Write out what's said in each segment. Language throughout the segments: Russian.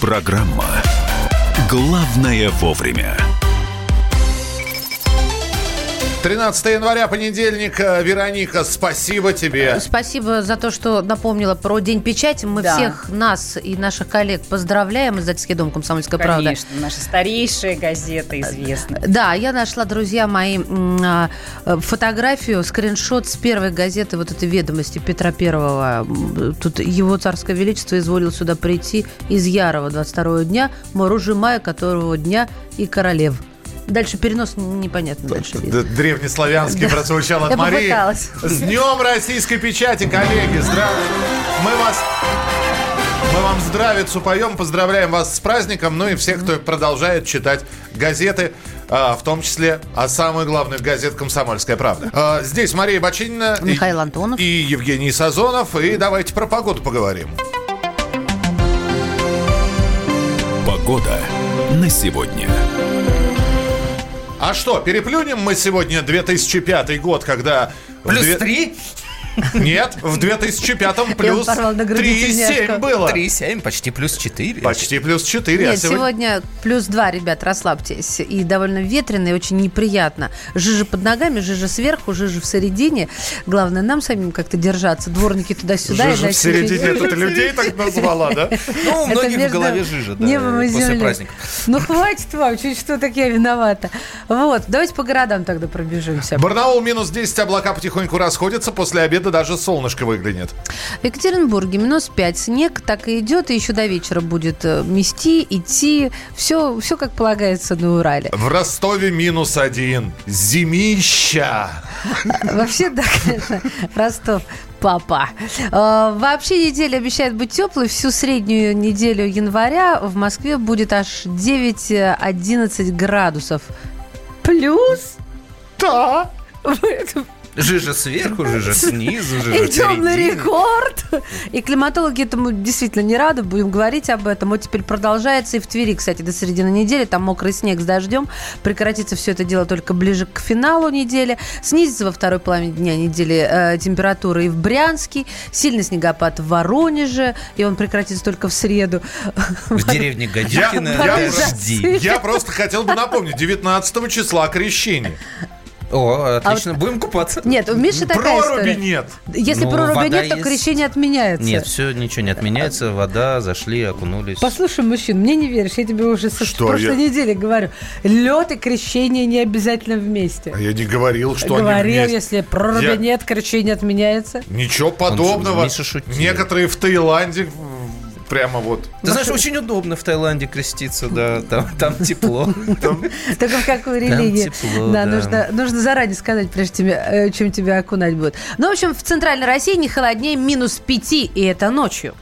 Программа «Главное вовремя». 13 января, понедельник. Вероника, спасибо тебе. Спасибо за то, что напомнила про День печати. Мы всех нас и наших коллег поздравляем. Издательский дом «Комсомольская правда». Конечно, наша старейшая газета известна. Да, я нашла, друзья мои, фотографию, скриншот с первой газеты вот этой «Ведомости» Петра Первого. Тут его царское величество изволил сюда прийти из Ярова 22-го дня, морожимая которого дня и королев. Дальше перенос непонятно. Дальше древнеславянский прозвучал от Марии. Попыталась. С Днем российской печати, коллеги. Мы вам здравицу поем, поздравляем вас с праздником, ну и всех, кто продолжает читать газеты, в том числе, самую главную газет «Комсомольская правда». Здесь Мария Бачинина, Михаил Антонов и Евгений Сазонов. И давайте про погоду поговорим. Погода на сегодня. А что, переплюнем мы сегодня 2005 год, когда... Плюс 3? Нет, в 2005-м плюс 3,7 было. 3,7, почти плюс 4. Почти плюс 4. Нет, сегодня плюс 2, ребят, расслабьтесь. И довольно ветрено, и очень неприятно. Жижа под ногами, жижа сверху, жижа в середине. Главное, нам самим как-то держаться. Дворники туда-сюда. Жижа в середине, это ты людей так назвала, да? Ну, у многих в голове жижа, да, после праздника. Ну, хватит вам, чуть что, так я виновата. Вот, давайте по городам тогда пробежимся. Барнаул минус 10, облака потихоньку расходятся, после обеда даже солнышко выглянет. В Екатеринбурге минус 5, снег так и идет, и еще до вечера будет мести, идти, все как полагается на Урале. В Ростове минус 1, зимища. Вообще, да, конечно, Ростов. Папа. Вообще неделя обещает быть теплой. Всю среднюю неделю января в Москве будет аж 9-11 градусов. Плюс? Да. Жижа сверху, жижа снизу, жижа и темный впереди. рекорд. И климатологи этому действительно не рады. Будем говорить об этом. Вот теперь продолжается и в Твери, кстати, до середины недели. Там мокрый снег с дождем. Прекратится все это дело только ближе к финалу недели. Снизится во второй половине дня недели температура и в Брянске. Сильный снегопад в Воронеже. И он прекратится только в среду. В деревне Гадюкино дожди. Я просто хотел бы напомнить. 19 числа крещение. О, отлично, будем купаться. Нет, у Миши такая проруби история. нет. Если проруби нет, то крещение отменяется. Нет, все, ничего не отменяется. Вода, зашли, окунулись. Послушай, мужчин, мне не веришь, я тебе уже с прошлой недели говорю. Лед и крещение не обязательно вместе. А я не говорил, что говорил, они вместе. Если проруби нет, крещение отменяется. Ничего подобного. Некоторые в Таиланде... Прямо вот. Ты знаешь, очень удобно в Таиланде креститься, да, там тепло. Только в какой религии. Да, нужно заранее сказать, прежде чем тебя окунать будут. Ну, в общем, в Центральной России не холоднее минус 5, и это ночью.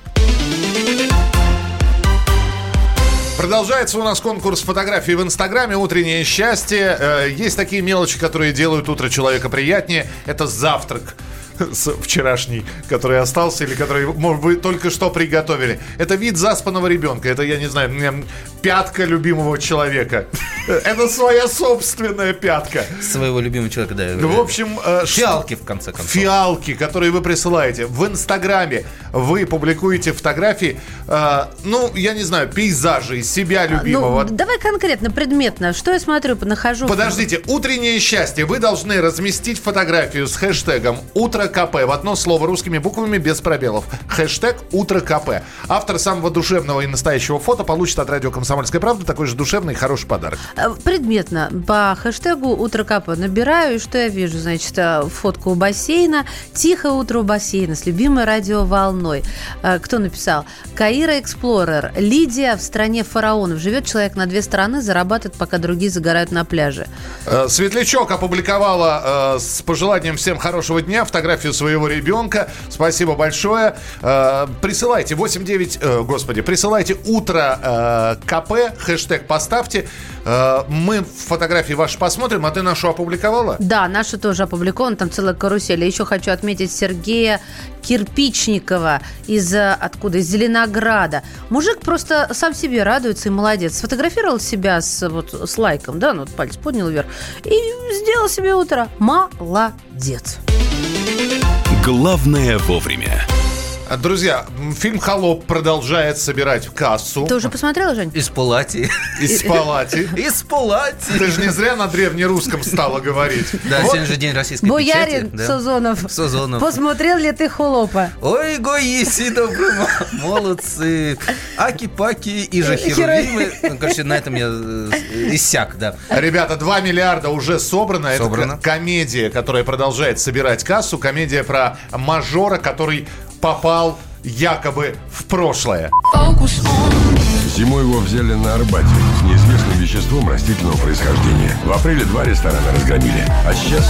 Продолжается у нас конкурс фотографий в Инстаграме «Утреннее счастье». Есть такие мелочи, которые делают утро человека приятнее. Это завтрак вчерашний, который остался или который, может быть, только что приготовили. Это вид заспанного ребенка. Это, я не знаю, пятка любимого человека. Это своя собственная пятка. Своего любимого человека, да. В общем... Фиалки, в конце концов. Фиалки, которые вы присылаете. В Инстаграме вы публикуете фотографии, я не знаю, пейзажи себя любимого. Давай конкретно, предметно. Что я смотрю, нахожу? Подождите. «Утреннее счастье». Вы должны разместить фотографию с хэштегом «Утро КП» в одно слово русскими буквами без пробелов. Хэштег «Утро КП». Автор самого душевного и настоящего фото получит от радио «Комсомольская правда» такой же душевный и хороший подарок. Предметно. По хэштегу «Утро КП» набираю, и что я вижу? Значит, фотку у бассейна. Тихое утро у бассейна с любимой радиоволной. Кто написал? Каира Эксплорер. Лидия в стране фараонов. Живет человек на 2 стороны, зарабатывает, пока другие загорают на пляже. Светлячок опубликовала с пожеланием всем хорошего дня фотографию своего ребенка. Спасибо большое. Присылайте присылайте «Утро КП», хэштег поставьте. Мы фотографии ваши посмотрим, а ты нашу опубликовала? Да, нашу тоже опубликована, там целая карусель. Я еще хочу отметить Сергея Кирпичникова из Зеленограда. Мужик просто сам себе радуется и молодец. Сфотографировал себя с лайком, да, палец поднял вверх и сделал себе утро. Молодец. Главное вовремя. Друзья, фильм «Холоп» продолжает собирать кассу. Ты уже посмотрела, Жень? Из Палати. Из Палати. Из Палати. Ты же не зря на древнерусском стала говорить. Да, сегодня же день российской печати. Боярин Сазонов. Посмотрел ли ты «Холопа»? Ой, гоиси, добрый, молодцы. Аки-паки и же херувимы. Короче, на этом я иссяк, да. Ребята, 2 миллиарда уже собрано. Собрано. Это комедия, которая продолжает собирать кассу. Комедия про мажора, который попал якобы в прошлое. Зимой его взяли на Арбате с неизвестным веществом растительного происхождения. В апреле 2 ресторана разгромили. А сейчас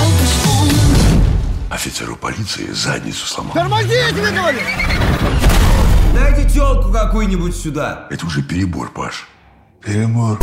офицеру полиции задницу сломал. Тормозите, вы говорите! Дайте тёлку какую-нибудь сюда. Это уже перебор, Паш. Перебор.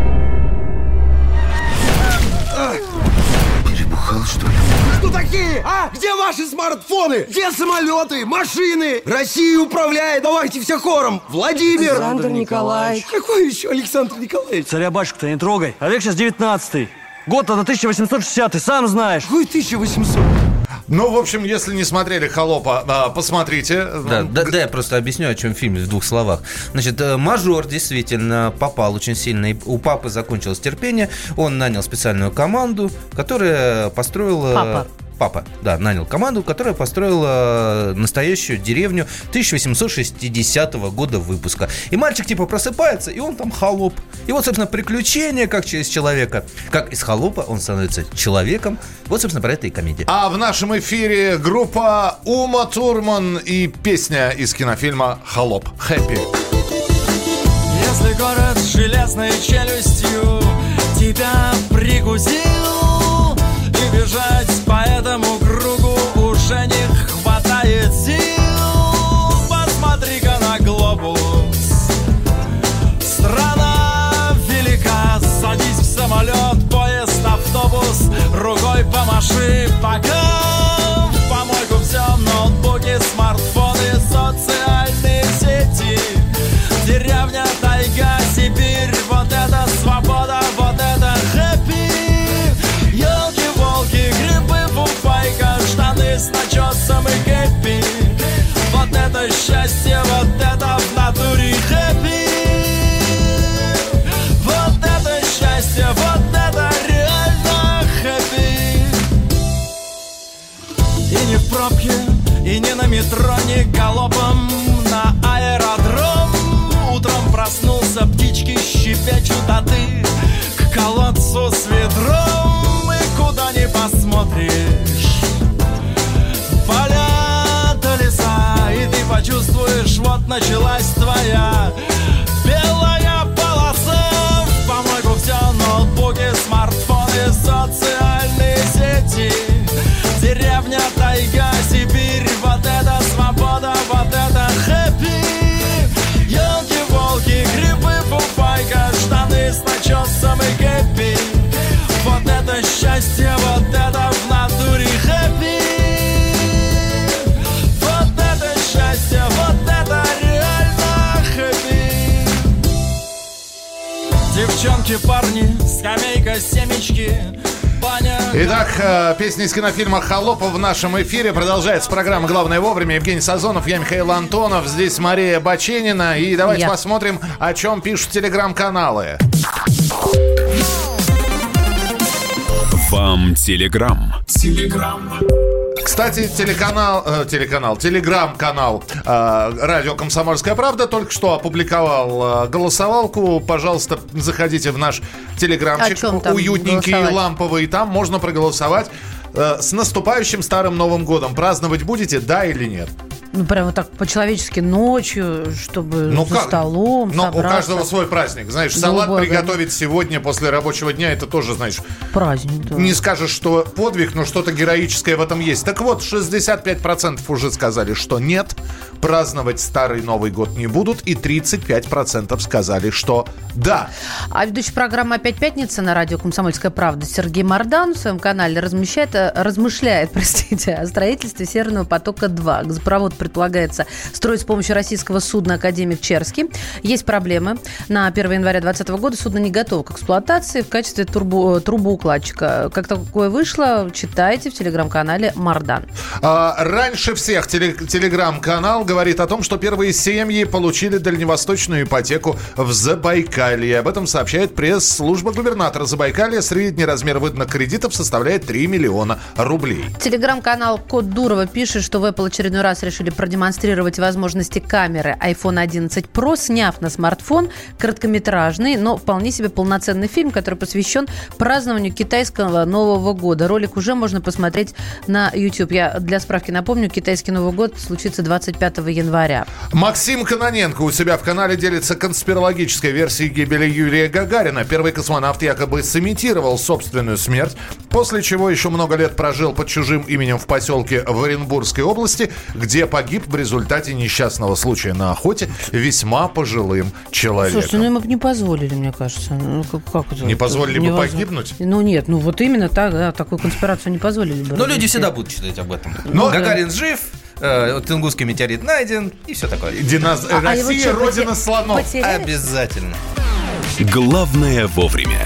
Перебухал, что ли? Кто такие? А? Где ваши смартфоны? Где самолеты, машины? Россию управляет. Давайте все хором. Владимир. Александр Николаевич. Какой еще Александр Николаевич? Царя-батюшку-то не трогай. А век сейчас 19-й. Год-то на 1860-й, сам знаешь. Какой 1800? Ну, в общем, если не смотрели «Холопа», посмотрите. Да, я просто объясню, о чем фильм в 2 словах. Значит, мажор действительно попал очень сильно. И у папы закончилось терпение. Он нанял специальную команду, которая построила... Папа, да, нанял команду, которая построила настоящую деревню 1860 года выпуска. И мальчик типа просыпается, и он там холоп. И вот, собственно, приключения, как через человека. Как из холопа он становится человеком. Вот, собственно, про это и комедия. А в нашем эфире группа Ума Турман и песня из кинофильма «Холоп». Хэппи. Если город с железной челюстью тебя прикусил, и бежать по этому кругу уже не хватает сил, посмотри-ка на глобус. Страна велика, садись в самолет, поезд, автобус, рукой помаши, пока в помойку все, ноутбуки, смартфоны, социальные сети, деревня, тайга, Сибирь, вот это свобода, вот это хэппи. Елки-волки, грибы, фуфайка, штаны с начесом и кэппи. Вот это счастье, вот это в натуре хэппи. Вот это счастье, вот это реально хэппи. И не в пробке, и не на метро, не галопом на аэродром. Утром проснулся, птички щебечут, а ты к колодцу с ведром. И куда ни посмотришь, поля до леса, и ты почувствуешь, вот началась твоя белая полоса. В помойку все, ноутбуки, смартфоны, социальные сети, деревня, тайга, Сибирь, вот это свобода, вот это хэппи. Елки-волки, грибы, фуфайка, штаны с начесом и кэппи. Вот это счастье, вот это в натуре хэппи. Вот это счастье, вот это реально хэппи. Девчонки, парни, скамейка, семечки, баня. Итак, песня из кинофильма «Холоп» в нашем эфире. Продолжается программа «Главное вовремя». Евгений Сазонов, я Михаил Антонов. Здесь Мария Баченина. И давайте посмотрим, о чем пишут телеграм-каналы. Вам телеграм. Кстати, телеграм-канал «Радио Комсомольская правда» только что опубликовал голосовалку. Пожалуйста, заходите в наш телеграмчик уютненький, ламповый. Там можно проголосовать. С наступающим Старым Новым годом. Праздновать будете, да или нет? Ну, прямо так по-человечески ночью, чтобы за столом собраться. У каждого свой праздник. Знаешь, салат приготовить сегодня после рабочего дня, это тоже, знаешь... Праздник, да. Не скажешь, что подвиг, но что-то героическое в этом есть. Так вот, 65% уже сказали, что нет, праздновать Старый Новый год не будут, и 35% сказали, что да. А ведущий программы «Опять пятница» на радио «Комсомольская правда» Сергей Мардан в своем канале размышляет о строительстве Северного потока-2. Газопровод предполагается строить с помощью российского судна «Академик Черский». Есть проблемы. На 1 января 2020 года судно не готово к эксплуатации в качестве трубоукладчика. Как такое вышло, читайте в телеграм-канале «Мардан». Раньше всех телеграм-канал говорит о том, что первые семьи получили дальневосточную ипотеку в Забайкалье. Об этом сообщает пресс-служба губернатора Забайкалья. Средний размер выданных кредитов составляет 3 миллиона рублей. Телеграм-канал Код Дурова пишет, что в Apple очередной раз решили продемонстрировать возможности камеры iPhone 11 Pro, сняв на смартфон короткометражный, но вполне себе полноценный фильм, который посвящен празднованию китайского Нового года. Ролик уже можно посмотреть на YouTube. Я для справки напомню, китайский Новый год случится 25 января. Максим Кононенко у себя в канале делится конспирологической версией гибели Юрия Гагарина. Первый космонавт якобы сымитировал собственную смерть, после чего еще много лет прожил под чужим именем в поселке в Оренбургской области, где погиб в результате несчастного случая на охоте весьма пожилым человеком. Слушайте, ему бы не позволили, мне кажется. Как это? Не позволили бы погибнуть? Нет, вот именно так, да, такую конспирацию не позволили бы. Но люди всегда будут читать об этом. Но Гагарин жив, Тунгусский метеорит найден и все такое. Россия родина слонов. Потеряли? Обязательно. Главное вовремя.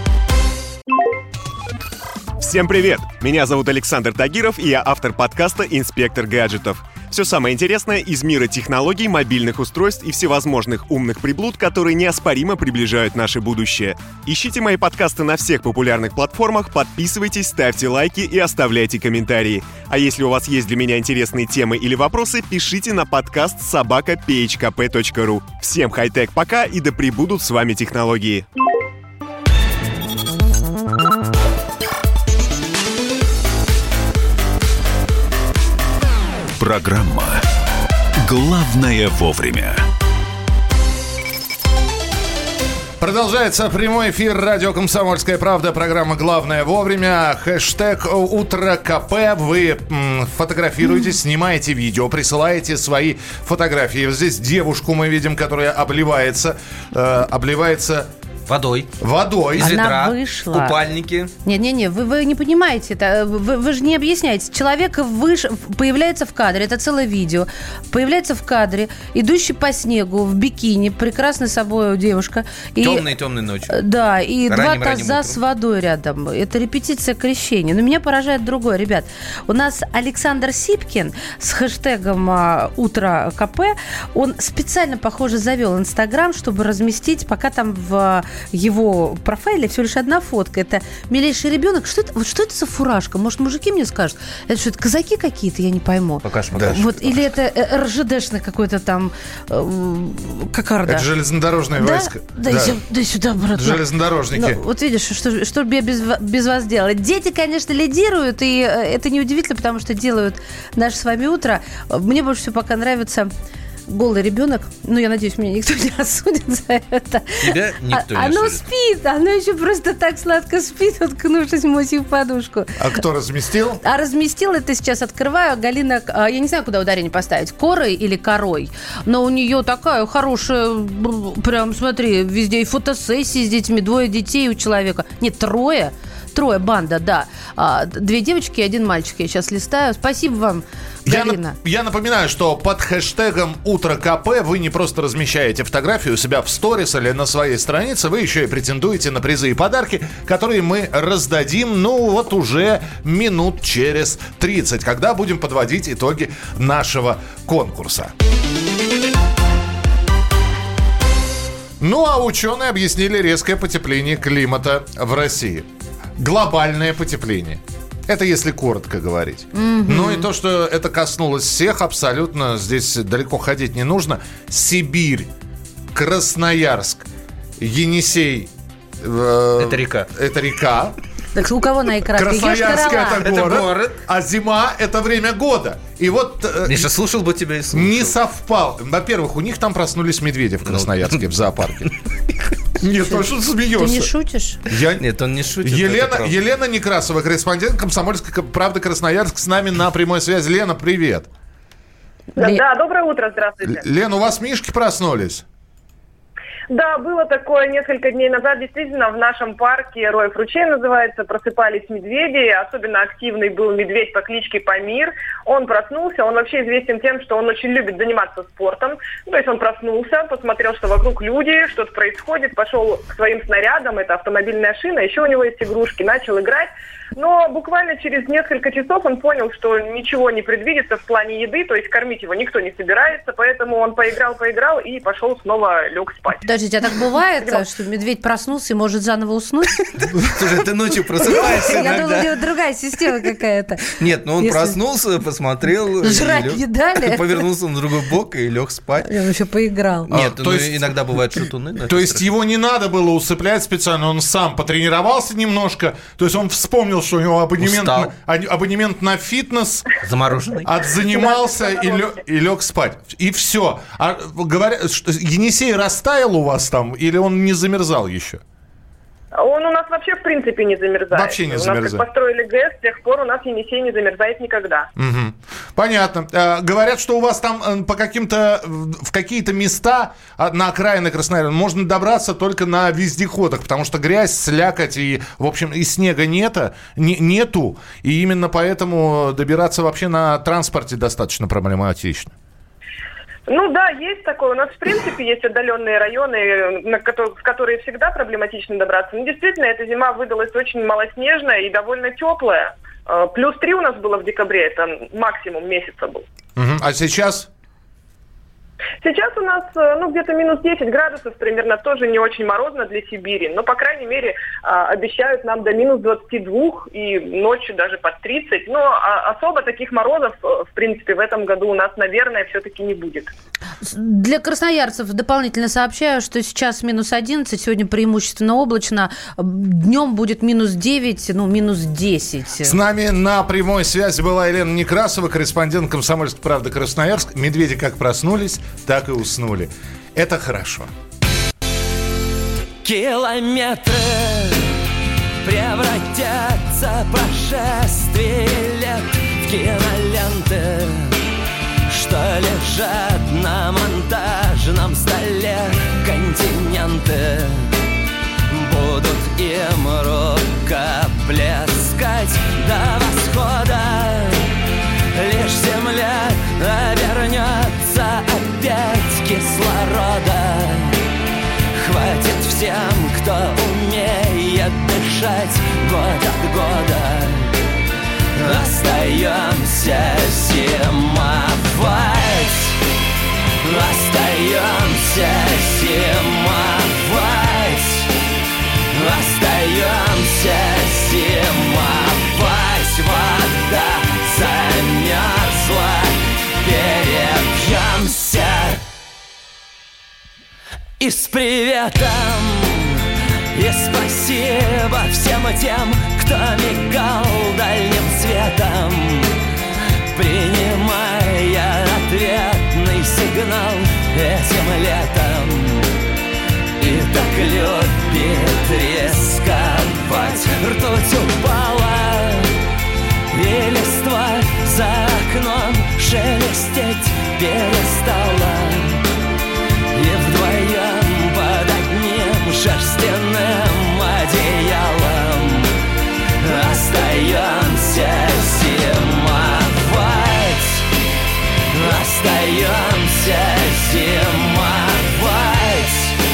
Всем привет! Меня зовут Александр Тагиров, и я автор подкаста «Инспектор гаджетов». Все самое интересное из мира технологий, мобильных устройств и всевозможных умных приблуд, которые неоспоримо приближают наше будущее. Ищите мои подкасты на всех популярных платформах, подписывайтесь, ставьте лайки и оставляйте комментарии. А если у вас есть для меня интересные темы или вопросы, пишите на подкаст @phkp.ru. Всем хай-тек пока, и да пребудут с вами технологии. Программа «Главное вовремя». Продолжается прямой эфир радио «Комсомольская правда». Программа «Главное вовремя». Хэштег «Утро КП». Вы фотографируетесь, снимаете видео, присылаете свои фотографии. Вот здесь девушку мы видим, которая обливается Водой. Из ведра. Она вышла. Купальники. Не, вы не понимаете это. Вы же не объясняете. Человек появляется в кадре, это целое видео. Появляется в кадре, идущий по снегу в бикини, прекрасной собой девушка. Темной ночью. Да, и ранним два таза с водой рядом. Это репетиция крещения. Но меня поражает другое, ребят. У нас Александр Сипкин с хэштегом «Утро КП». Он специально, похоже, завел Инстаграм, чтобы разместить, пока там в его профайле всего лишь одна фотка. Это милейший ребенок. Что это за фуражка? Может, мужики мне скажут? Это что, это казаки какие-то? Я не пойму. Покажешь. Вот, или это РЖДшный какой-то там кокарда. Это железнодорожные войска. Да, сюда, брат. Железнодорожники. Вот видишь, что бы я без вас делать. Дети, конечно, лидируют, и это неудивительно, потому что делают наше с вами утро. Мне больше всего пока нравится голый ребенок. Ну, я надеюсь, меня никто не осудит за это. Тебя никто не Оно осудит. спит, оно еще просто так сладко спит, уткнувшись Мосе в подушку. А кто разместил? А разместил, это сейчас открываю, Галина, я не знаю, куда ударение поставить, Корой или Корой, но у нее такая хорошая, прям, смотри, везде и фотосессии с детьми, 2 детей у человека. Нет, 3, банда, да. 2 девочки и 1 мальчик. Я сейчас листаю. Спасибо вам, Галина. Я напоминаю, что под хэштегом «Утро КП» вы не просто размещаете фотографию у себя в сторис или на своей странице, вы еще и претендуете на призы и подарки, которые мы раздадим, вот уже минут через 30, когда будем подводить итоги нашего конкурса. А ученые объяснили резкое потепление климата в России. Глобальное потепление. Это если коротко говорить. Ну и то, что это коснулось всех абсолютно, здесь далеко ходить не нужно. Сибирь, Красноярск, Енисей. Это река. Это река. Так у кого на экране? Красноярск это город, а зима это время года. И вот... Миша, слушал бы тебя и слушал. Не совпал. Во-первых, у них там проснулись медведи в Красноярске в зоопарке. Нет, ну что ты смеешься? Ты не шутишь? Нет, он не шутит. Елена Некрасова, корреспондент «Комсомольской правды» Красноярск, с нами на прямой связи. Лена, привет. Да, доброе утро, здравствуйте. Лена, у вас мишки проснулись? Да, было такое несколько дней назад. Действительно, в нашем парке Роев ручей называется, просыпались медведи. Особенно активный был медведь по кличке Памир. Он проснулся, он вообще известен тем, что он очень любит заниматься спортом. То есть он проснулся, посмотрел, что вокруг люди, что-то происходит, пошел к своим снарядам, это автомобильная шина, еще у него есть игрушки, начал играть. Но буквально через несколько часов он понял, что ничего не предвидится в плане еды, то есть кормить его никто не собирается, поэтому он поиграл и пошел снова лег спать. Подождите, а так бывает, что медведь проснулся и может заново уснуть? Слушай, ты ночью просыпаешься Я думала, у него другая система какая-то. Нет, ну он проснулся, посмотрел. Жрать не дали? Повернулся на другой бок и лег спать. Он еще поиграл. Нет, иногда бывают шутуны. То есть его не надо было усыплять специально, он сам потренировался немножко, то есть он вспомнил, что у него абонемент на фитнес. Замороженный. Отзанимался и лег спать. И все. А говорят, что Енисей растаял у вас там или он не замерзал еще? Он у нас вообще в принципе не замерзает. Вообще не замерзает. У нас как построили ГЭС, с тех пор у нас Енисей не замерзает никогда. Угу. Понятно. Говорят, что у вас там в какие-то места на окраины Красноярска можно добраться только на вездеходах, потому что грязь, слякоть и, в общем, и снега нету. И именно поэтому добираться вообще на транспорте достаточно проблематично. Ну да, есть такое. У нас, в принципе, есть отдаленные районы, в которые всегда проблематично добраться. Но действительно, эта зима выдалась очень малоснежная и довольно теплая. Плюс 3 у нас было в декабре, это максимум месяца был. А сейчас? Сейчас у нас где-то минус 10 градусов примерно, тоже не очень морозно для Сибири, но, по крайней мере, обещают нам до минус 22 и ночью даже под 30. Но особо таких морозов, в принципе, в этом году у нас, наверное, все-таки не будет. Для красноярцев дополнительно сообщаю, что сейчас минус 11, сегодня преимущественно облачно, днем будет минус 9, минус 10. С нами на прямой связи была Елена Некрасова, корреспондент «Комсомольской правды» Красноярск. Медведи как проснулись, так и уснули. Это хорошо. Километры превратятся прошествие лет в киноленты, что лежат на монтажном столе. Континенты будут им рукоплескать до восхода. Лишь земля обернется опять кислорода. Хватит всем, кто умеет дышать год от года. Остаемся зимовать. Остаемся зимовать. Остаемся зимовать. Вода замерзла, перебьемся. И с приветом, и спасибо всем тем, кто мигал дальним светом, принимая ответный сигнал этим летом. И так любит рисковать. Ртуть упала, и листва за окном шелестеть перестала. И вдвоем под одним шерстяным одеялом остаемся зимовать. Остаемся зимовать.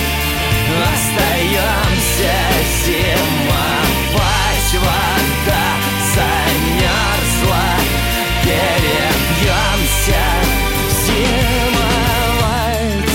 Остаемся зимовать. Вода замерзла, перебьемся. Зимовать.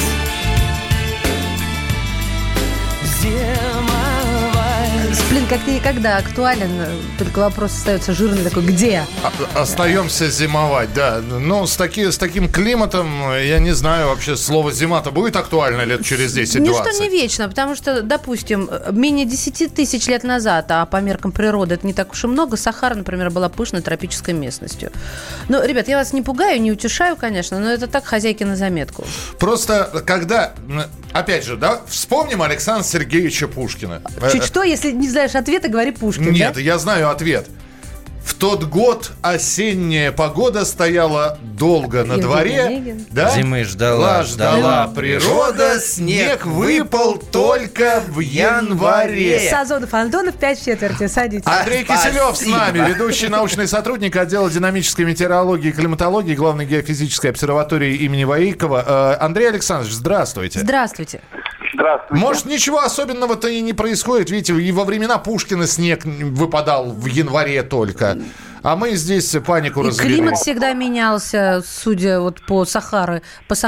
Сплин как никогда актуален, только вопрос остается жирный такой, где? Остаемся зимовать, да. Но с таким климатом, я не знаю, вообще слово «зима»-то будет актуально лет через 10-20? Ничто не вечно, потому что, допустим, менее 10 тысяч лет назад, а по меркам природы это не так уж и много, Сахара, например, была пышной тропической местностью. Ну, ребят, я вас не пугаю, не утешаю, конечно, но это так, хозяйки на заметку. Просто когда, опять же, да, вспомним Александра Сергеевича Пушкина. Чуть что, если не знаешь ответа, говори Пушкин. Нет, да? я знаю ответ. В тот год осенняя погода стояла долго на дворе. Да? Зимы ждала природа, снег выпал только в январе. Сазонов, Антонов, 5/4, садитесь. Андрей Киселев с нами, ведущий научный сотрудник отдела динамической метеорологии и климатологии Главной геофизической обсерватории имени Ваикова. Андрей Александрович, здравствуйте. Здравствуйте. Здравствуйте. Может, ничего особенного-то и не происходит. Видите, и во времена Пушкина снег выпадал в январе только. А мы здесь панику развели. И климат всегда менялся, судя вот по Сахаре.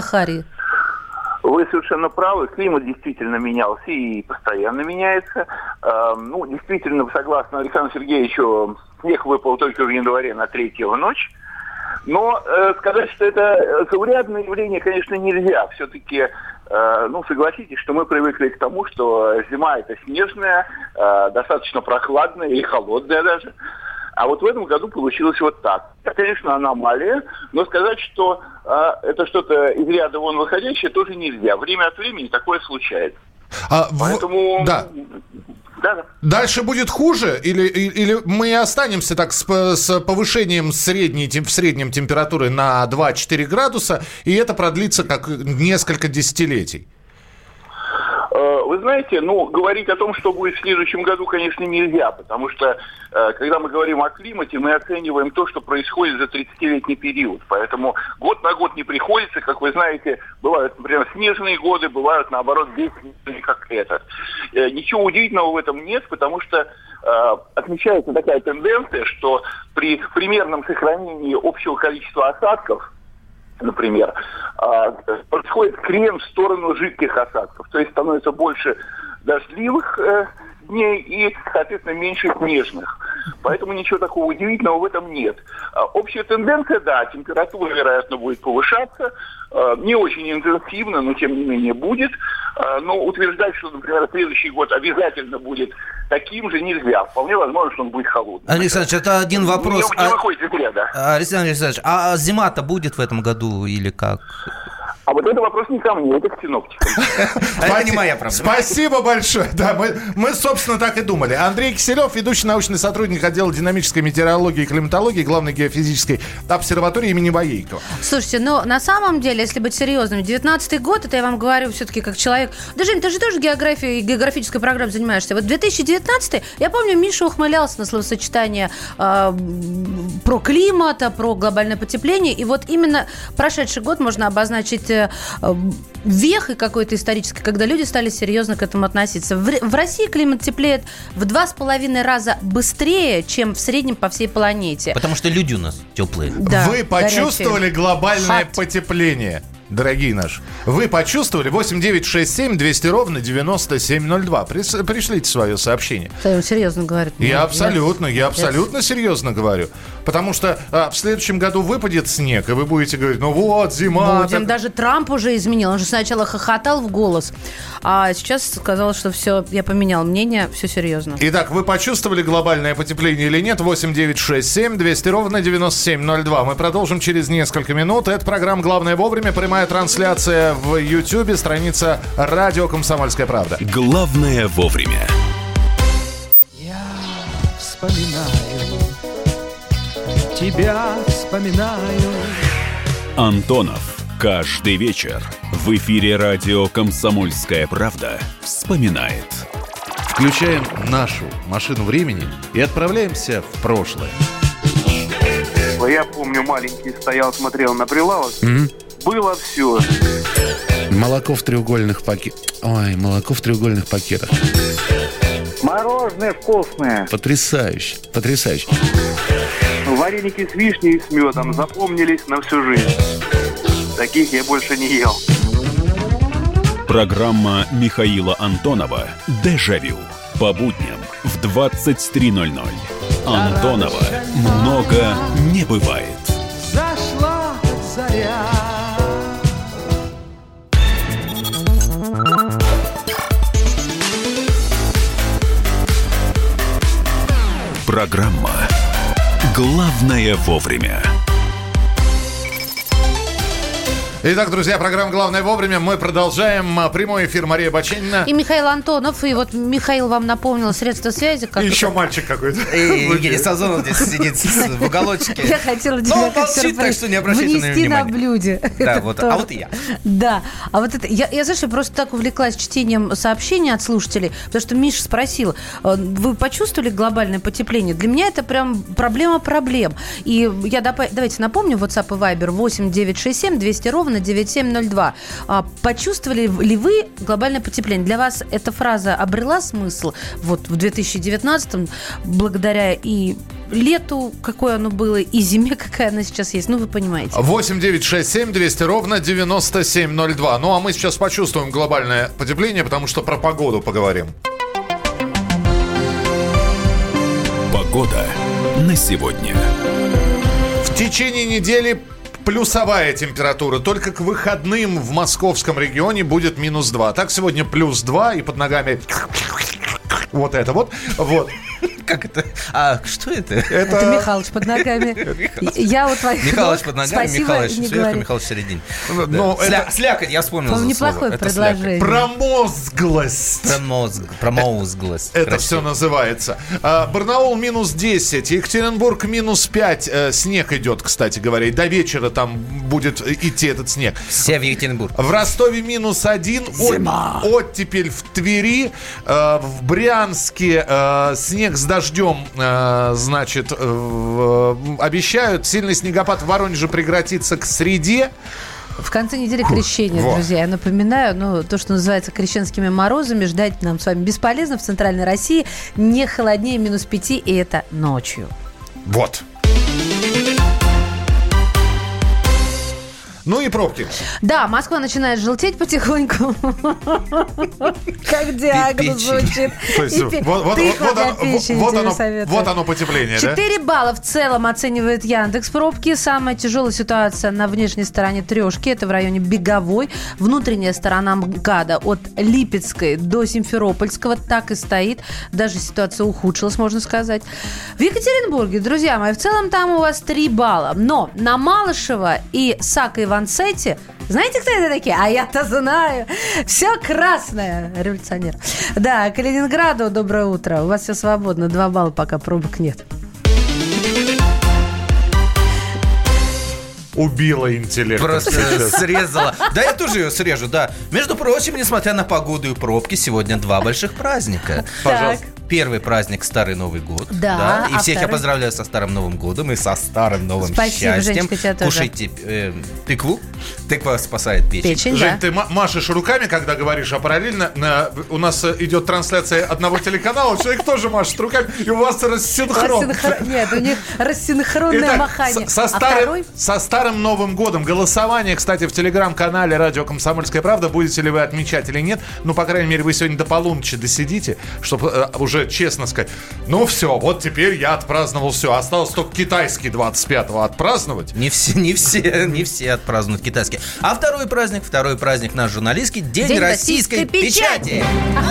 Вы совершенно правы. Климат действительно менялся и постоянно меняется. Действительно, согласно Александру Сергеевичу, снег выпал только в январе на 3-ю ночь. Но сказать, что это заурядное явление, конечно, нельзя. Все-таки, согласитесь, что мы привыкли к тому, что зима это снежная, достаточно прохладная и холодная даже. А вот в этом году получилось вот так. Это, конечно, аномалия, но сказать, что это что-то из ряда вон выходящее, тоже нельзя. Время от времени такое случается. Поэтому... Да. Да. Дальше будет хуже? Или мы останемся так с повышением в среднем температуры на 2-4 градуса, и это продлится как несколько десятилетий? Вы знаете, говорить о том, что будет в следующем году, конечно, нельзя, потому что, когда мы говорим о климате, мы оцениваем то, что происходит за 30-летний период. Поэтому год на год не приходится. Как вы знаете, бывают, например, снежные годы, бывают, наоборот, бесснежные, как этот. Ничего удивительного в этом нет, потому что отмечается такая тенденция, что при примерном сохранении общего количества осадков, например, происходит крен в сторону жидких осадков. То есть становится больше дождливых дней и, соответственно, меньше снежных. Поэтому ничего такого удивительного в этом нет. Общая тенденция, да, температура, вероятно, будет повышаться. Не очень интенсивно, но тем не менее будет. Но утверждать, что, например, следующий год обязательно будет таким же, нельзя. Вполне возможно, что он будет холодным. Александр Александрович, это один вопрос. Не выходит из ряда. Александр Александрович, а зима-то будет в этом году или как? А вот это вопрос не ко мне, это к синоптикам. Это не моя проблема. Спасибо большое. Да, мы, собственно, так и думали. Андрей Киселев, ведущий научный сотрудник отдела динамической метеорологии и климатологии Главной геофизической обсерватории имени Ваикова. Слушайте, на самом деле, если быть серьезным, 19-й год, это я вам говорю все-таки как человек... Да, Жень, ты же тоже географией и географической программой занимаешься. Вот 2019-й, я помню, Миша ухмылялся на словосочетание про климат, про глобальное потепление. И вот именно прошедший год можно обозначить вехой какой-то исторической, когда люди стали серьезно к этому относиться. В России климат теплеет в 2,5 раза быстрее, чем в среднем по всей планете. Потому что люди у нас теплые. Да, вы почувствовали горячие. глобальное потепление? Дорогие наши, вы почувствовали? 8-967-200-97-02. Пришлите свое сообщение. Я серьезно говорю. Я абсолютно серьезно говорю. Потому что в следующем году выпадет снег, и вы будете говорить, зима. Будем. Даже Трамп уже изменил. Он же сначала хохотал в голос, а сейчас сказал, что все, я поменял мнение, все серьезно. Итак, вы почувствовали глобальное потепление или нет? 8-967-200-97-02. Мы продолжим через несколько минут. Это программа «Главное вовремя». Прямая трансляция в Ютьюбе, страница «Радио Комсомольская правда». Главное вовремя. Я вспоминаю, тебя вспоминаю. Антонов. Каждый вечер в эфире радио «Комсомольская правда» вспоминает. Включаем нашу машину времени и отправляемся в прошлое. Я помню, маленький стоял, смотрел на прилавок. Было все. Молоко в треугольных пакетах. Ой, молоко в треугольных пакетах. Мороженое вкусное. Потрясающе, потрясающе. Вареники с вишней и с медом запомнились на всю жизнь. Таких я больше не ел. Программа Михаила Антонова «Дежавю». По будням в 23:00. Антонова много не бывает. Зашла заря. Программа «Главное вовремя». Итак, друзья, программа «Главное вовремя». Мы продолжаем прямой эфир. Мария Баченина. И Михаил Антонов. И вот Михаил вам напомнил средства связи. И еще мальчик какой-то. Евгений Сазонов здесь сидит в уголочке. Я хотела тебя как сюрприз внести на блюде. Да, вот, а вот и я. Да, а вот это... Я, знаешь, просто так увлеклась чтением сообщений от слушателей, потому что Миша спросил, вы почувствовали глобальное потепление? Для меня это прям проблема проблем. И я давайте напомню, WhatsApp и Viber 8 967 200 9702. Почувствовали ли вы глобальное потепление? Для вас эта фраза обрела смысл вот в 2019-м, благодаря и лету, какое оно было, и зиме, какая она сейчас есть? Ну, вы понимаете. 8 967 200 9702. Ну, а мы сейчас почувствуем глобальное потепление, потому что про погоду поговорим. Погода на сегодня. В течение недели плюсовая температура. Только к выходным в московском регионе будет -2. Так, сегодня +2, и под ногами вот это вот. Как это? А что это? Это Михалыч под ногами. Я у твоих Михалыч под ногами, Михалыч не сверху, говори. Михалыч в середине. Ну, слякоть, я вспомнил за неплохое предложение. Промозглость. Промозглость. Это все называется. Барнаул -10, Екатеринбург -5. Снег идет, кстати говоря. И до вечера там будет идти этот снег. Все в Екатеринбург. В Ростове -1. Оттепель в Твери. В Брянске снег с дождем, значит, обещают. Сильный снегопад в Воронеже прекратится к среде. В конце недели крещения, друзья. Я напоминаю, то, что называется крещенскими морозами, ждать нам с вами бесполезно в центральной России. Не холоднее -5, и это ночью. Вот. Ну и пробки. Да, Москва начинает желтеть потихоньку. Как диагноз звучит. Вот оно потепление, да? 4 балла в целом оценивает Яндекс.Пробки. Самая тяжелая ситуация на внешней стороне трешки. Это в районе Беговой. Внутренняя сторона МКАДа от Липецкой до Симферопольского так и стоит. Даже ситуация ухудшилась, можно сказать. В Екатеринбурге, друзья мои, в целом там у вас 3 балла. Но на Малышева и Сако-Ивансете, знаете, кто это такие? А я-то знаю. Все красное. Революционер. Да, Калининграду доброе утро. У вас все свободно. 2 балла, пока пробок нет. Убила интеллект. Просто срезала. Да, я тоже ее срежу, да. Между прочим, несмотря на погоду и пробки, сегодня 2 больших праздника. Пожалуйста. Первый праздник – Старый Новый год. Да. И всех я поздравляю со Старым Новым годом и со Старым Новым счастьем. Женечка, тебя тоже. Кушайте тыкву. Тыква спасает печень. Жень, ты машешь руками, когда говоришь, а параллельно у нас идет трансляция одного телеканала, человек тоже машет руками, и у вас рассинхрон. Нет, у них рассинхронное махание. Со Старым Новым годом. Голосование, кстати, в телеграм-канале «Радио Комсомольская правда». Будете ли вы отмечать или нет? Ну, по крайней мере, вы сегодня до полуночи досидите, чтобы уже честно сказать, ну все, вот теперь я отпраздновал все. Осталось только китайский 25-го отпраздновать. Не все отпразднуют китайский. А второй праздник наш журналистский, День российской печати.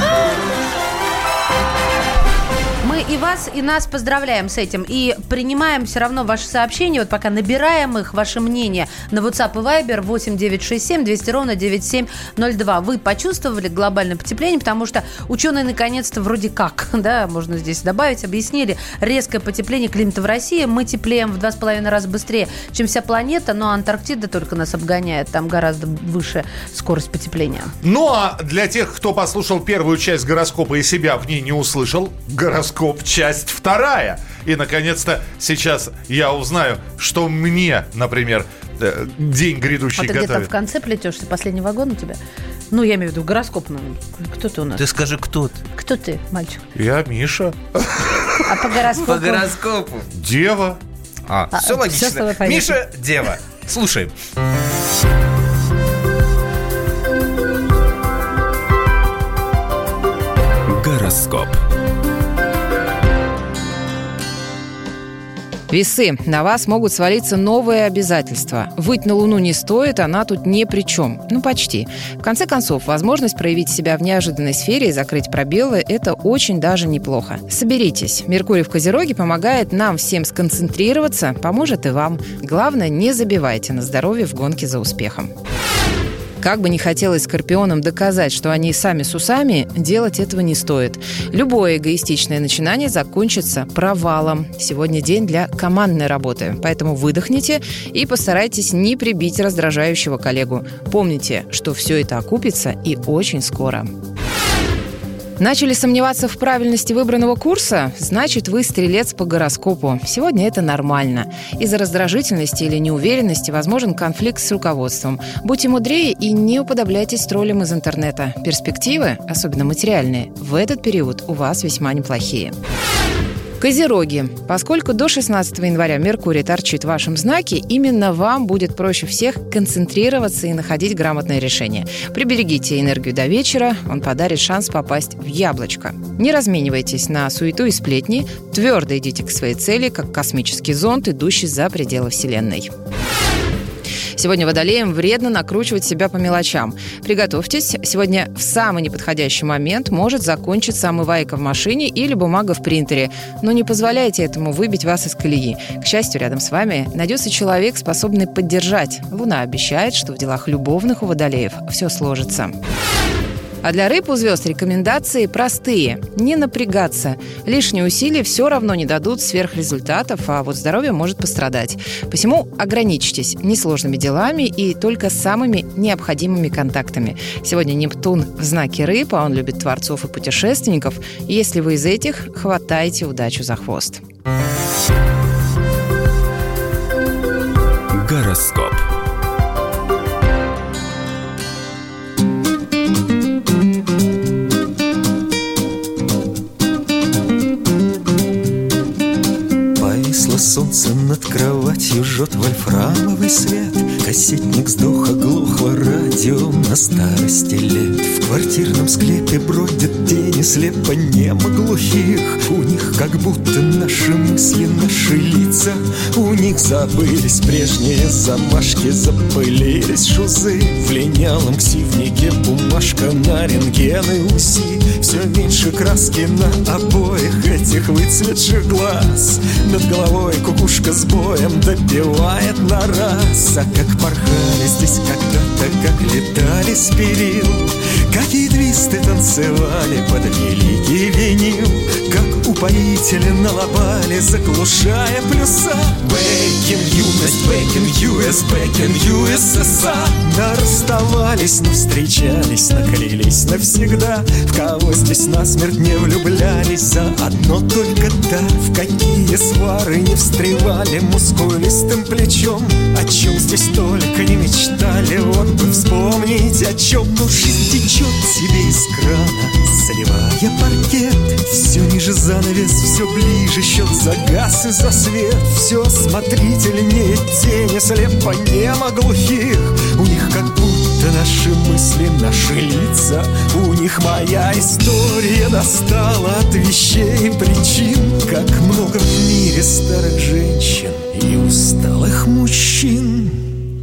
Мы и вас, и нас поздравляем с этим. И принимаем все равно ваши сообщения. Вот пока набираем их, ваше мнение на WhatsApp и Viber 8 967 200 9702. Вы почувствовали глобальное потепление? Потому что ученые наконец-то вроде как, да, можно здесь добавить, объяснили, резкое потепление климата в России. Мы теплеем в 2,5 раза быстрее, чем вся планета, но Антарктида только нас обгоняет. Там гораздо выше скорость потепления. Ну, а для тех, кто послушал первую часть гороскопа и себя в ней не услышал, гороскоп часть 2. И, наконец-то, сейчас я узнаю, что мне, например, день грядущий готовит. А ты где-то в конце плетешься? Последний вагон у тебя? Ну, я имею в виду гороскоп. Кто ты у нас? Ты скажи, кто ты? Кто ты, мальчик? Я Миша. А по гороскопу? По гороскопу. Дева. Все логично. Миша, дева. Слушаем. Гороскоп. Весы. На вас могут свалиться новые обязательства. Выть на Луну не стоит, она тут ни при чем. Ну, почти. В конце концов, возможность проявить себя в неожиданной сфере и закрыть пробелы – это очень даже неплохо. Соберитесь. Меркурий в Козероге помогает нам всем сконцентрироваться, поможет и вам. Главное, не забивайте на здоровье в гонке за успехом. Как бы ни хотелось скорпионам доказать, что они сами с усами, делать этого не стоит. Любое эгоистичное начинание закончится провалом. Сегодня день для командной работы, поэтому выдохните и постарайтесь не прибить раздражающего коллегу. Помните, что все это окупится и очень скоро. Начали сомневаться в правильности выбранного курса? Значит, вы стрелец по гороскопу. Сегодня это нормально. Из-за раздражительности или неуверенности возможен конфликт с руководством. Будьте мудрее и не уподобляйтесь троллям из интернета. Перспективы, особенно материальные, в этот период у вас весьма неплохие. Козероги. Поскольку до 16 января Меркурий торчит в вашем знаке, именно вам будет проще всех концентрироваться и находить грамотное решение. Приберегите энергию до вечера, он подарит шанс попасть в яблочко. Не разменивайтесь на суету и сплетни, твердо идите к своей цели, как космический зонд, идущий за пределы Вселенной. Сегодня водолеям вредно накручивать себя по мелочам. Приготовьтесь, сегодня в самый неподходящий момент может закончиться омывайка в машине или бумага в принтере. Но не позволяйте этому выбить вас из колеи. К счастью, рядом с вами найдется человек, способный поддержать. Луна обещает, что в делах любовных у водолеев все сложится. А для рыб у звезд рекомендации простые. Не напрягаться. Лишние усилия все равно не дадут сверхрезультатов, а вот здоровье может пострадать. Посему ограничьтесь несложными делами и только самыми необходимыми контактами. Сегодня Нептун в знаке рыб, а он любит творцов и путешественников. Если вы из этих, хватайте удачу за хвост. Гороскоп. Солнце над кроватью жжет вольфрамовый свет. Кассетник сдох, оглохло радио на старости лет. В квартирном склепе бродят тени слепо немо глухих. У них как будто наши мысли, наши лица. У них забылись прежние замашки, запылились шузы. В линялом ксивнике бумажка на рентген и УЗИ. Все меньше краски на обоих этих выцветших глаз. Над головой кукушка с боем допевает на раз. А как порхали здесь когда-то, как летали с перил, какие твисты танцевали под великий винил, как упоительно лобали, заглушая плюса. Бэкин юность, бэкин US, бэкин USSR. Расставались, но встречались, наклялись навсегда. В кого здесь насмерть не влюблялись, за одно только да. В какие свары не встревали мускулистым плечом. О чем здесь только не мечтали, вот бы вспомнить о чем. Но жизнь течет себе из крана, заливая паркет. Все ниже занавес, все ближе, счет за газ и за свет. Все смотрительнее тени слепо немо глухих. У них как будто наши мысли, наши лица. У них моя история достала от вещей и причин. Как много в мире старых женщин и усталых мужчин.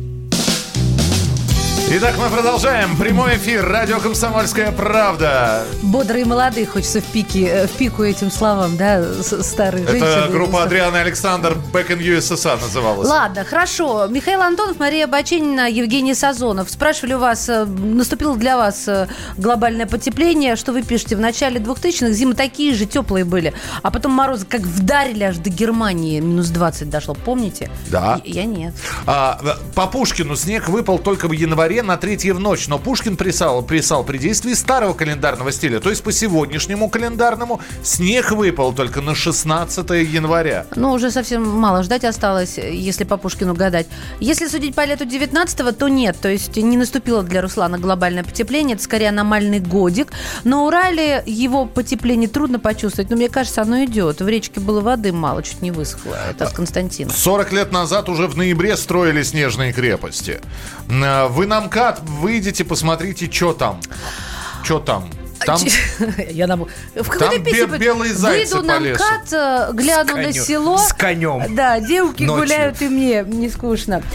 Итак, мы продолжаем. Прямой эфир. Радио «Комсомольская правда». Бодрые и молодые, хочется в пику этим словам, да, старые женщины. Это группа Адриана и Александр «Back in USSR» называлась. Ладно, хорошо. Михаил Антонов, Мария Баченина, Евгений Сазонов. Спрашивали у вас, наступило для вас глобальное потепление. Что вы пишете? В начале 2000-х зимы такие же теплые были. А потом морозы как вдарили аж до Германии. Минус 20 дошло. Помните? Да. Я нет. По Пушкину снег выпал только в январе на 3 в ночь, но Пушкин писал при действии старого календарного стиля, то есть по сегодняшнему календарному снег выпал только на 16 января. Ну, уже совсем мало ждать осталось, если по Пушкину гадать. Если судить по лету 19-го, то нет, то есть не наступило для Руслана глобальное потепление, это скорее аномальный годик. На Урале его потепление трудно почувствовать, но мне кажется, оно идет. В речке было воды мало, чуть не высохло. Это от Константина. 40 лет назад уже в ноябре строили снежные крепости. Вы на МКАД выйдите, посмотрите, что там. Что там? Там, там белые зайцы выйду на МКАД, гляну на село. С конем. Да, девушки ночью гуляют, и мне не скучно.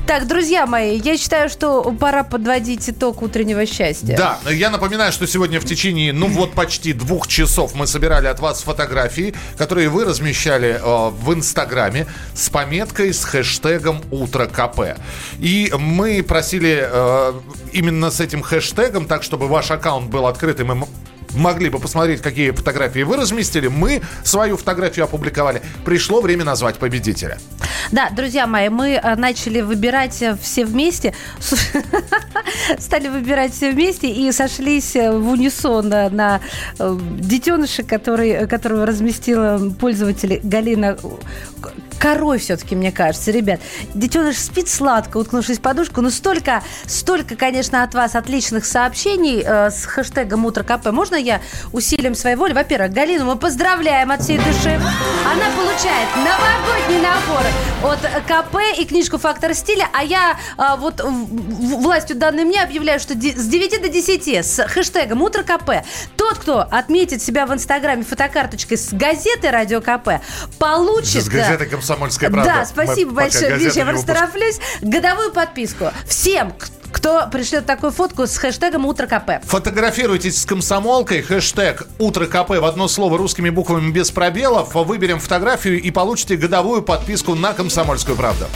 Так, друзья мои, я считаю, что пора подводить итог утреннего счастья. Да, я напоминаю, что сегодня в течение, почти 2 часов мы собирали от вас фотографии, которые вы размещали в Инстаграме с пометкой, с хэштегом «Утро КП». И мы просили именно с этим хэштегом, так, чтобы ваш аккаунт был открытым, и могли бы посмотреть, какие фотографии вы разместили. Мы свою фотографию опубликовали. Пришло время назвать победителя. Да, друзья мои, мы начали выбирать все вместе. Стали выбирать все вместе и сошлись в унисон на детеныша, которого разместила пользователь Галина. Корой все-таки, мне кажется, ребят. Детеныш спит сладко, уткнувшись в подушку. Но столько, конечно, от вас отличных сообщений с хэштегом «Утро КП». Можно я усилием своей воли? Во-первых, Галину мы поздравляем от всей души. Она получает новогодний набор от КП и книжку «Фактор стиля». А я властью данной мне объявляю, что с 9 до 10 с хэштегом «Утро КП» тот, кто отметит себя в Инстаграме фотокарточкой с газетой «Радио КП», получит... С газетой «Комсомольская правда». Да, спасибо большое, Миша, я растороплюсь. Годовую подписку всем, кто пришлет такую фотку с хэштегом «Утро КП». Фотографируйтесь с комсомолкой, хэштег «Утро КП» в одно слово русскими буквами без пробелов. Выберем фотографию и получите годовую подписку на «Комсомольскую правду».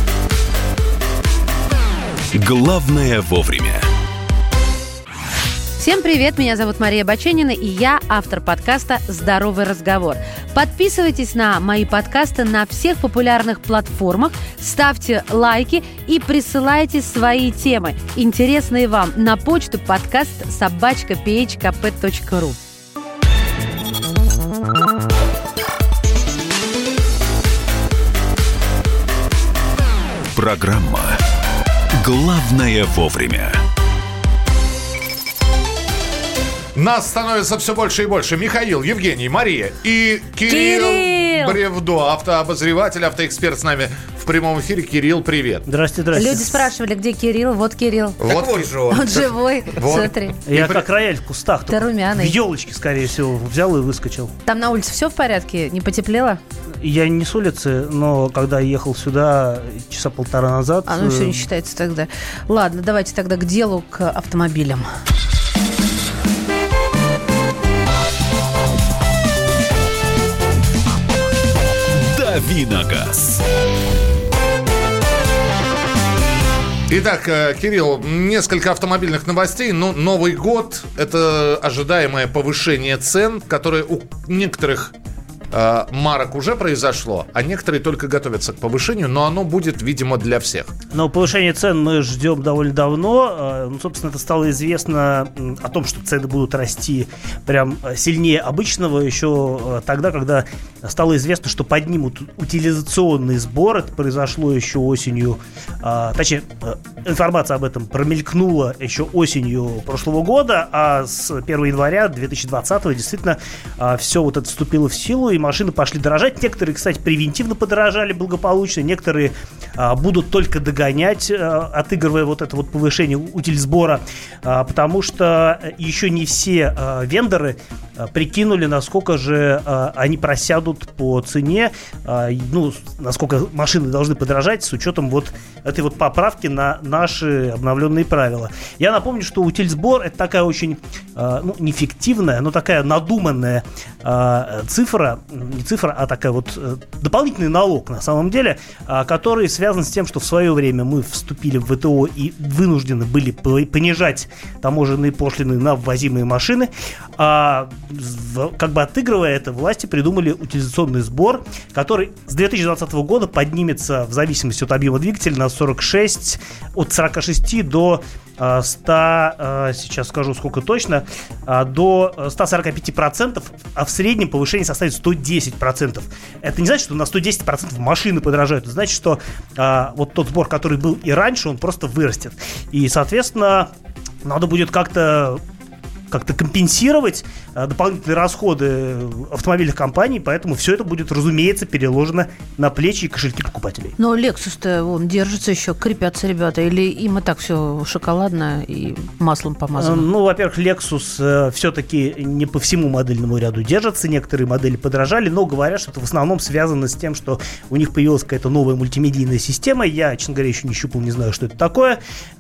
Главное вовремя. Всем привет, меня зовут Мария Баченина, и я автор подкаста «Здоровый разговор». Подписывайтесь на мои подкасты на всех популярных платформах, ставьте лайки и присылайте свои темы, интересные вам, на почту podcast@phkp.ru. Программа «Главное вовремя». Нас становится все больше и больше. Михаил, Евгений, Мария и Кирилл Бревдо, автообозреватель, автоэксперт с нами в прямом эфире. Кирилл, привет. Здрасте. Люди спрашивали, где Кирилл. Вот Кирилл. Вот же он. Он живой, смотри. Я как рояль в кустах. Ты румяный. В елочке, скорее всего, взял и выскочил. Там на улице все в порядке? Не потеплело? Я не с улицы, но когда ехал сюда часа полтора назад... все не считается тогда. Ладно, давайте тогда к делу, к автомобилям. «Дави на газ». Итак, Кирилл, несколько автомобильных новостей. Новый год – это ожидаемое повышение цен, которое у некоторых марок уже произошло, а некоторые только готовятся к повышению, но оно будет, видимо, для всех. Но повышение цен мы ждем довольно давно. Собственно, это стало известно о том, что цены будут расти прям сильнее обычного еще тогда, когда стало известно, что поднимут утилизационный сбор. Это произошло еще осенью. Точнее, информация об этом промелькнула еще осенью прошлого года, а с 1 января 2020 действительно все вот это вступило в силу, и машины пошли дорожать. Некоторые, кстати, превентивно подорожали благополучно, некоторые будут только догонять, отыгрывая вот это вот повышение утильсбора, потому что еще не все вендоры прикинули, насколько же они просядут по цене, насколько машины должны подорожать с учетом вот этой вот поправки на наши обновленные правила. Я напомню, что утильсбор — это такая очень не фиктивная, но такая надуманная цифра, не цифра, а такая вот дополнительный налог на самом деле, который связан с тем, что в свое время мы вступили в ВТО и вынуждены были понижать таможенные пошлины на ввозимые машины. Как бы отыгрывая это, власти придумали утилизационный сбор, который с 2020 года поднимется в зависимости от объема двигателя от 46 до 100, сейчас скажу сколько точно, до 145%, а в среднем повышение составит 110%. Это не значит, что на 110% машины подорожают, это значит, что вот тот сбор, который был и раньше, он просто вырастет. И, соответственно, надо будет как-то как-то компенсировать дополнительные расходы автомобильных компаний, поэтому все это будет, разумеется, переложено на плечи и кошельки покупателей. Но Lexus-то, он держится еще, крепятся ребята, или им и так все шоколадно и маслом помазано? Ну, во-первых, Lexus все-таки не по всему модельному ряду держится, некоторые модели подорожали, но говорят, что это в основном связано с тем, что у них появилась какая-то новая мультимедийная система. Я, честно говоря, еще не щупал, не знаю, что это такое,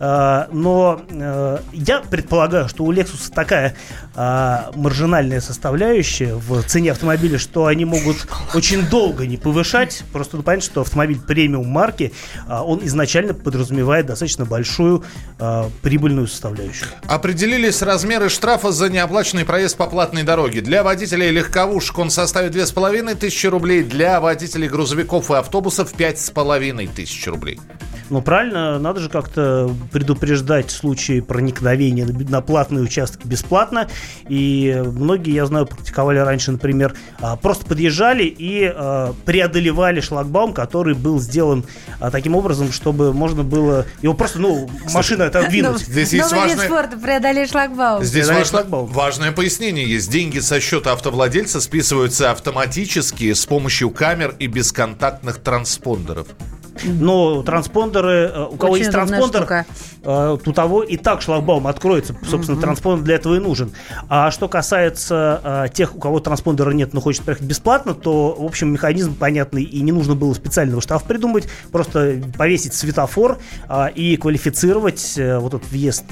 но я предполагаю, что у Lexus такая маржинальная составляющая в цене автомобиля, что они могут очень долго не повышать. Просто понятно, что автомобиль премиум марки, он изначально подразумевает достаточно большую прибыльную составляющую. Определились размеры штрафа за неоплаченный проезд по платной дороге. Для водителей легковушек он составит 2500 рублей, для водителей грузовиков и автобусов 5500 рублей. Ну, правильно, надо же как-то предупреждать случаи проникновения на платный участок бесплатно. И многие, я знаю, практиковали раньше, например, просто подъезжали и преодолевали шлагбаум, который был сделан таким образом, чтобы можно было его просто, машина отодвинуть. Здесь есть новый вид спорта, преодолеть шлагбаум. Здесь важное пояснение есть. Деньги со счета автовладельца списываются автоматически с помощью камер и бесконтактных транспондеров. Но транспондеры, у кого очень есть транспондер, у того и так шлагбаум откроется. Собственно, транспондер для этого и нужен. А что касается тех, у кого транспондера нет, но хочет проехать бесплатно, то, в общем, механизм понятный, и не нужно было специального штрафа придумать. Просто повесить светофор и квалифицировать вот этот въезд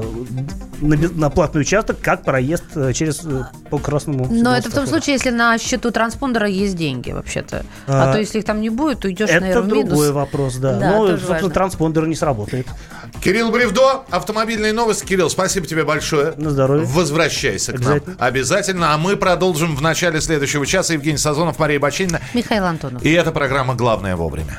на платный участок как проезд по красному светофору. Но это в том случае, если на счету транспондера есть деньги, вообще-то. А то, если их там не будет, то идешь, наверное, в минус. Это другой вопрос, да. Но, собственно, важно. Транспондер не сработает. Кирилл Бревдо, автомобильные новости. Кирилл, спасибо тебе большое. На здоровье. Возвращайся к нам. Обязательно. А мы продолжим в начале следующего часа. Евгений Сазонов, Мария Бачинина. Михаил Антонов. И эта программа «Главное вовремя».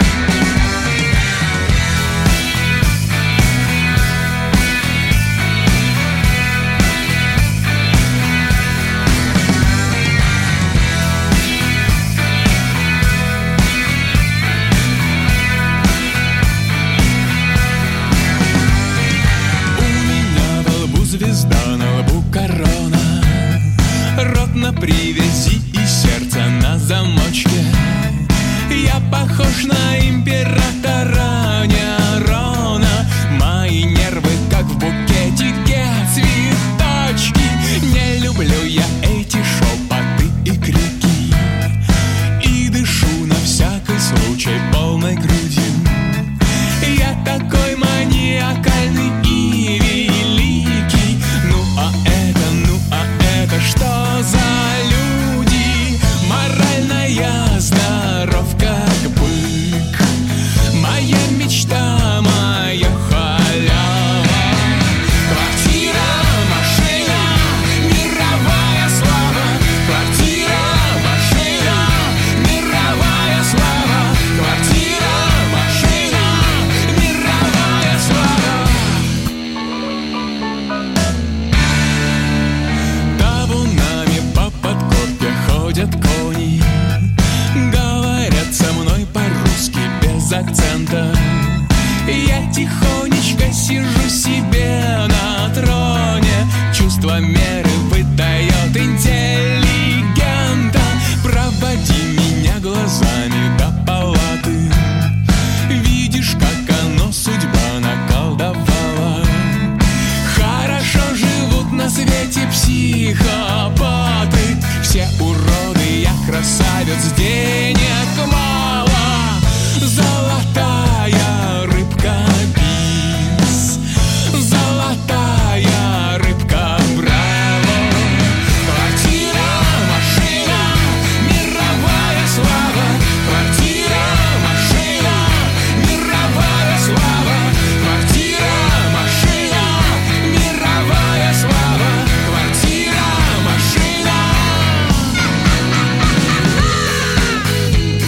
Привязи и сердце на замочке. Я похож на императора Нерона. Мои нервы как в букетике цветочки. Не люблю я эти шепоты и крики. И дышу на всякий случай полной грудью. Я такой маниакальный и великий. Ну а это что за люди? Морально я здоров как бык. Моя мечта, моя халява. Квартира, машина, мировая слава. Квартира, машина, мировая слава. Квартира, машина, мировая слава. Табунами по подкорке ходят кони. Говорят со мной по-русски без акцента. Я тихонечко сижу себе на троне. Чувство меры выдает интеллигента. Проводи меня глазами до палаты. Видишь, как оно судьба наколдовала. Хорошо живут на свете психопаты. Все уроды, я красавец, денег мало. Золотая рыбка бис. Золотая рыбка браво. Квартира, машина, мировая слава. Квартира, машина, мировая слава. Квартира, машина, мировая слава. Квартира, машина.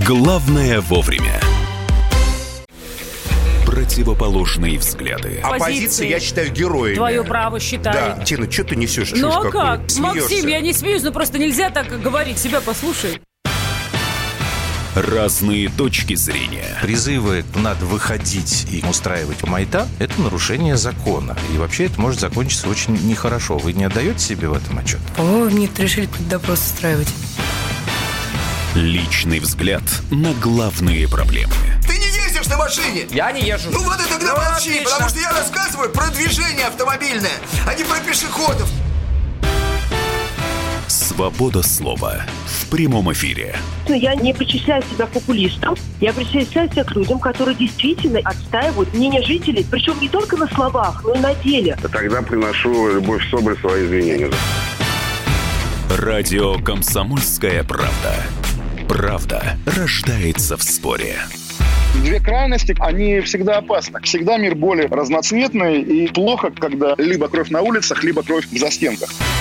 Главное вовремя. Противоположные взгляды. Оппозиция, я считаю, героями. Твое право считаю. Да, Тина, что ты несешь? Ну а как? Максим, я не смеюсь, но просто нельзя так говорить. Себя послушай. Разные точки зрения. Призывы «надо выходить и устраивать майдан» — это нарушение закона. И вообще это может закончиться очень нехорошо. Вы не отдаете себе в этом отчет? Нет, решили какой-то допрос устраивать. Личный взгляд на главные проблемы. Ты не ездишь на машине? Я не езжу. Ну вот и тогда молчи, отлично. потому что я рассказываю про движение автомобильное, а не про пешеходов. Свобода слова в прямом эфире. Я не причисляю себя популистом. Я причисляю себя к людям, которые действительно отстаивают мнение жителей, причем не только на словах, но и на деле. Тогда приношу Любовь Соболь свои извинения. Радио «Комсомольская правда». Правда рождается в споре. Две крайности, они всегда опасны. Всегда мир более разноцветный, и плохо, когда либо кровь на улицах, либо кровь в застенках.